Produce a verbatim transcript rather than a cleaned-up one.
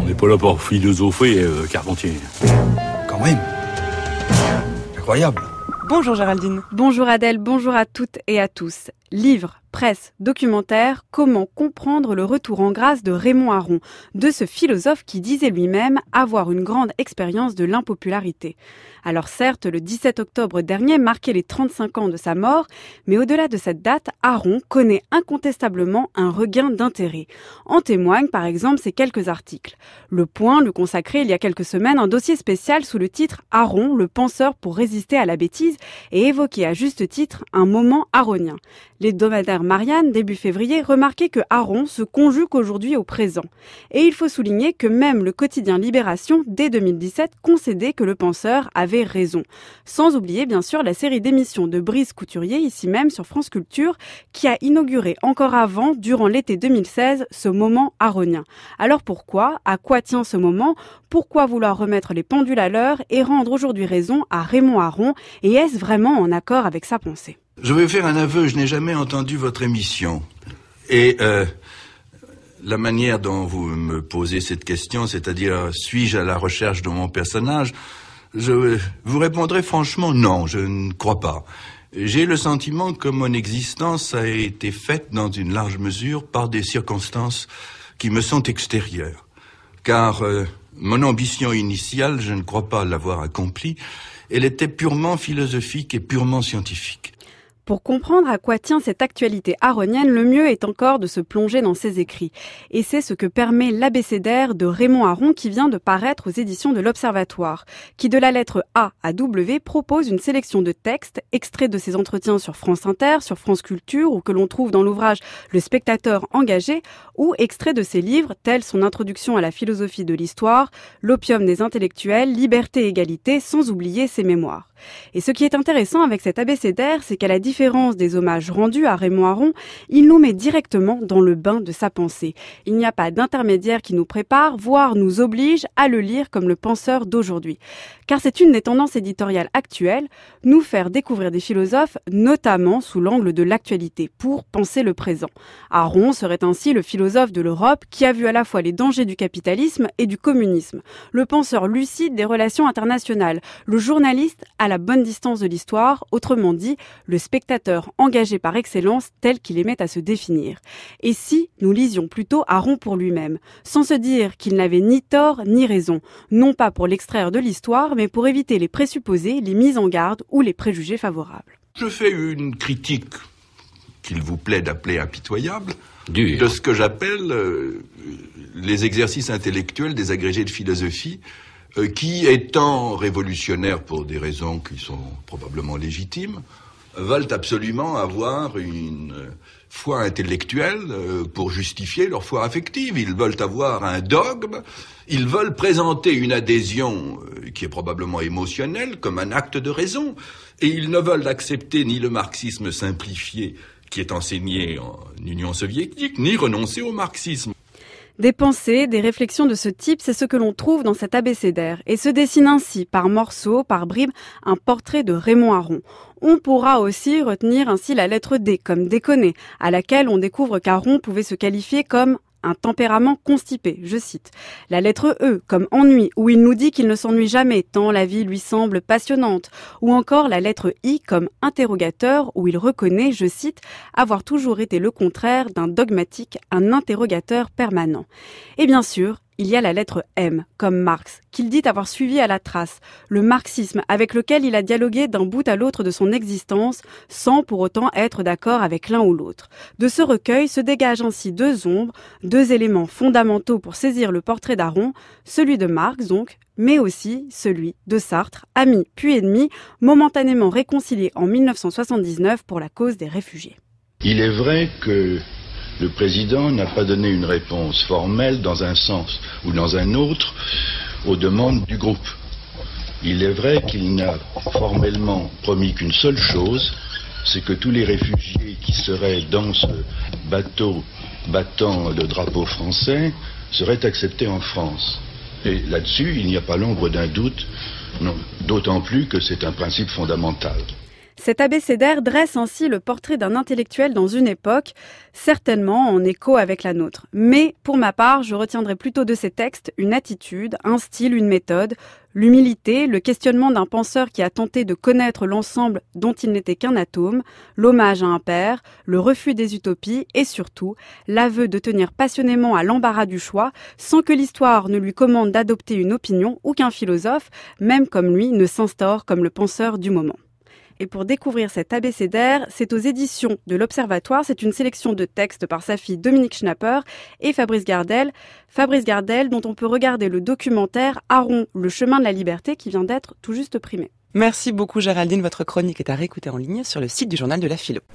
n'est pas là pour philosopher, euh, Carpentier. Quand même. Incroyable. Bonjour Géraldine. Bonjour Adèle, bonjour à toutes et à tous. Livre, presse, documentaire, comment comprendre le retour en grâce de Raymond Aron, de ce philosophe qui disait lui-même avoir une grande expérience de l'impopularité. Alors certes, le dix-sept octobre dernier marquait les trente-cinq ans de sa mort, mais au-delà de cette date, Aron connaît incontestablement un regain d'intérêt. En témoignent par exemple ces quelques articles. Le Point lui consacrait il y a quelques semaines un dossier spécial sous le titre « Aron, le penseur pour résister à la bêtise » et évoquait à juste titre un moment aronien. L'hebdomadaire Marianne, début février, remarquait que Aron se conjugue aujourd'hui au présent. Et il faut souligner que même le quotidien Libération, dès deux mille dix-sept, concédait que le penseur avait raison. Sans oublier, bien sûr, la série d'émissions de Brice Couturier, ici même sur France Culture, qui a inauguré encore avant, durant l'été deux mille seize, ce moment aronien. Alors pourquoi ? À quoi tient ce moment ? Pourquoi vouloir remettre les pendules à l'heure et rendre aujourd'hui raison à Raymond Aron ? Et est-ce vraiment en accord avec sa pensée ? Je vais faire un aveu, je n'ai jamais entendu votre émission. Et euh, la manière dont vous me posez cette question, c'est-à-dire suis-je à la recherche de mon personnage, je vous répondrai franchement non, je ne crois pas. J'ai le sentiment que mon existence a été faite dans une large mesure par des circonstances qui me sont extérieures. Car euh, mon ambition initiale, je ne crois pas l'avoir accomplie, elle était purement philosophique et purement scientifique. Pour comprendre à quoi tient cette actualité aronienne, le mieux est encore de se plonger dans ses écrits. Et c'est ce que permet l'abécédaire de Raymond Aron qui vient de paraître aux éditions de l'Observatoire, qui de la lettre A à W propose une sélection de textes, extraits de ses entretiens sur France Inter, sur France Culture ou que l'on trouve dans l'ouvrage Le Spectateur engagé, ou extraits de ses livres tels son introduction à la philosophie de l'histoire, L'opium des intellectuels, Liberté et égalité, sans oublier ses mémoires. Et ce qui est intéressant avec cet abécédaire, c'est qu'à la différence des hommages rendus à Raymond Aron, il nous met directement dans le bain de sa pensée. Il n'y a pas d'intermédiaire qui nous prépare, voire nous oblige à le lire comme le penseur d'aujourd'hui. Car c'est une des tendances éditoriales actuelles, nous faire découvrir des philosophes, notamment sous l'angle de l'actualité, pour penser le présent. Aron serait ainsi le philosophe de l'Europe qui a vu à la fois les dangers du capitalisme et du communisme, le penseur lucide des relations internationales, le journaliste à la bonne distance de l'histoire, autrement dit, le spectateur engagé par excellence tel qu'il aimait à se définir. Et si nous lisions plutôt Aron pour lui-même, sans se dire qu'il n'avait ni tort ni raison, non pas pour l'extraire de l'histoire, mais pour éviter les présupposés, les mises en garde ou les préjugés favorables. Je fais une critique qu'il vous plaît d'appeler impitoyable, Dur. de ce que j'appelle euh, les exercices intellectuels des agrégés de philosophie, euh, qui, étant révolutionnaires pour des raisons qui sont probablement légitimes, veulent absolument avoir une foi intellectuelle euh, pour justifier leur foi affective. Ils veulent avoir un dogme, ils veulent présenter une adhésion euh, qui est probablement émotionnelle comme un acte de raison, et ils ne veulent accepter ni le marxisme simplifié qui est enseigné en Union soviétique, ni renoncer au marxisme. Des pensées, des réflexions de ce type, c'est ce que l'on trouve dans cet abécédaire. Et se dessine ainsi, par morceaux, par bribes, un portrait de Raymond Aron. On pourra aussi retenir ainsi la lettre D, comme déconner, à laquelle on découvre qu'Aron pouvait se qualifier comme un tempérament constipé, je cite. La lettre E, comme ennui, où il nous dit qu'il ne s'ennuie jamais, tant la vie lui semble passionnante. Ou encore la lettre I, comme interrogateur, où il reconnaît, je cite, avoir toujours été le contraire d'un dogmatique, un interrogateur permanent. Et bien sûr, il y a la lettre M, comme Marx, qu'il dit avoir suivi à la trace, le marxisme avec lequel il a dialogué d'un bout à l'autre de son existence, sans pour autant être d'accord avec l'un ou l'autre. De ce recueil se dégagent ainsi deux ombres, deux éléments fondamentaux pour saisir le portrait d'Aron, celui de Marx donc, mais aussi celui de Sartre, ami puis ennemi, momentanément réconcilié en mille neuf cent soixante-dix-neuf pour la cause des réfugiés. Il est vrai que le président n'a pas donné une réponse formelle dans un sens ou dans un autre aux demandes du groupe. Il est vrai qu'il n'a formellement promis qu'une seule chose, c'est que tous les réfugiés qui seraient dans ce bateau battant le drapeau français seraient acceptés en France. Et là-dessus, il n'y a pas l'ombre d'un doute, non, d'autant plus que c'est un principe fondamental. Cet abécédaire dresse ainsi le portrait d'un intellectuel dans une époque, certainement en écho avec la nôtre. Mais pour ma part, je retiendrai plutôt de ces textes une attitude, un style, une méthode, l'humilité, le questionnement d'un penseur qui a tenté de connaître l'ensemble dont il n'était qu'un atome, l'hommage à un père, le refus des utopies et surtout l'aveu de tenir passionnément à l'embarras du choix sans que l'histoire ne lui commande d'adopter une opinion ou qu'un philosophe, même comme lui, ne s'instaure comme le penseur du moment. Et pour découvrir cet abécédaire, c'est aux éditions de l'Observatoire. C'est une sélection de textes par sa fille Dominique Schnapper et Fabrice Gardel. Fabrice Gardel, dont on peut regarder le documentaire Aron, le chemin de la liberté, qui vient d'être tout juste primé. Merci beaucoup Géraldine, votre chronique est à réécouter en ligne sur le site du Journal de la Philo.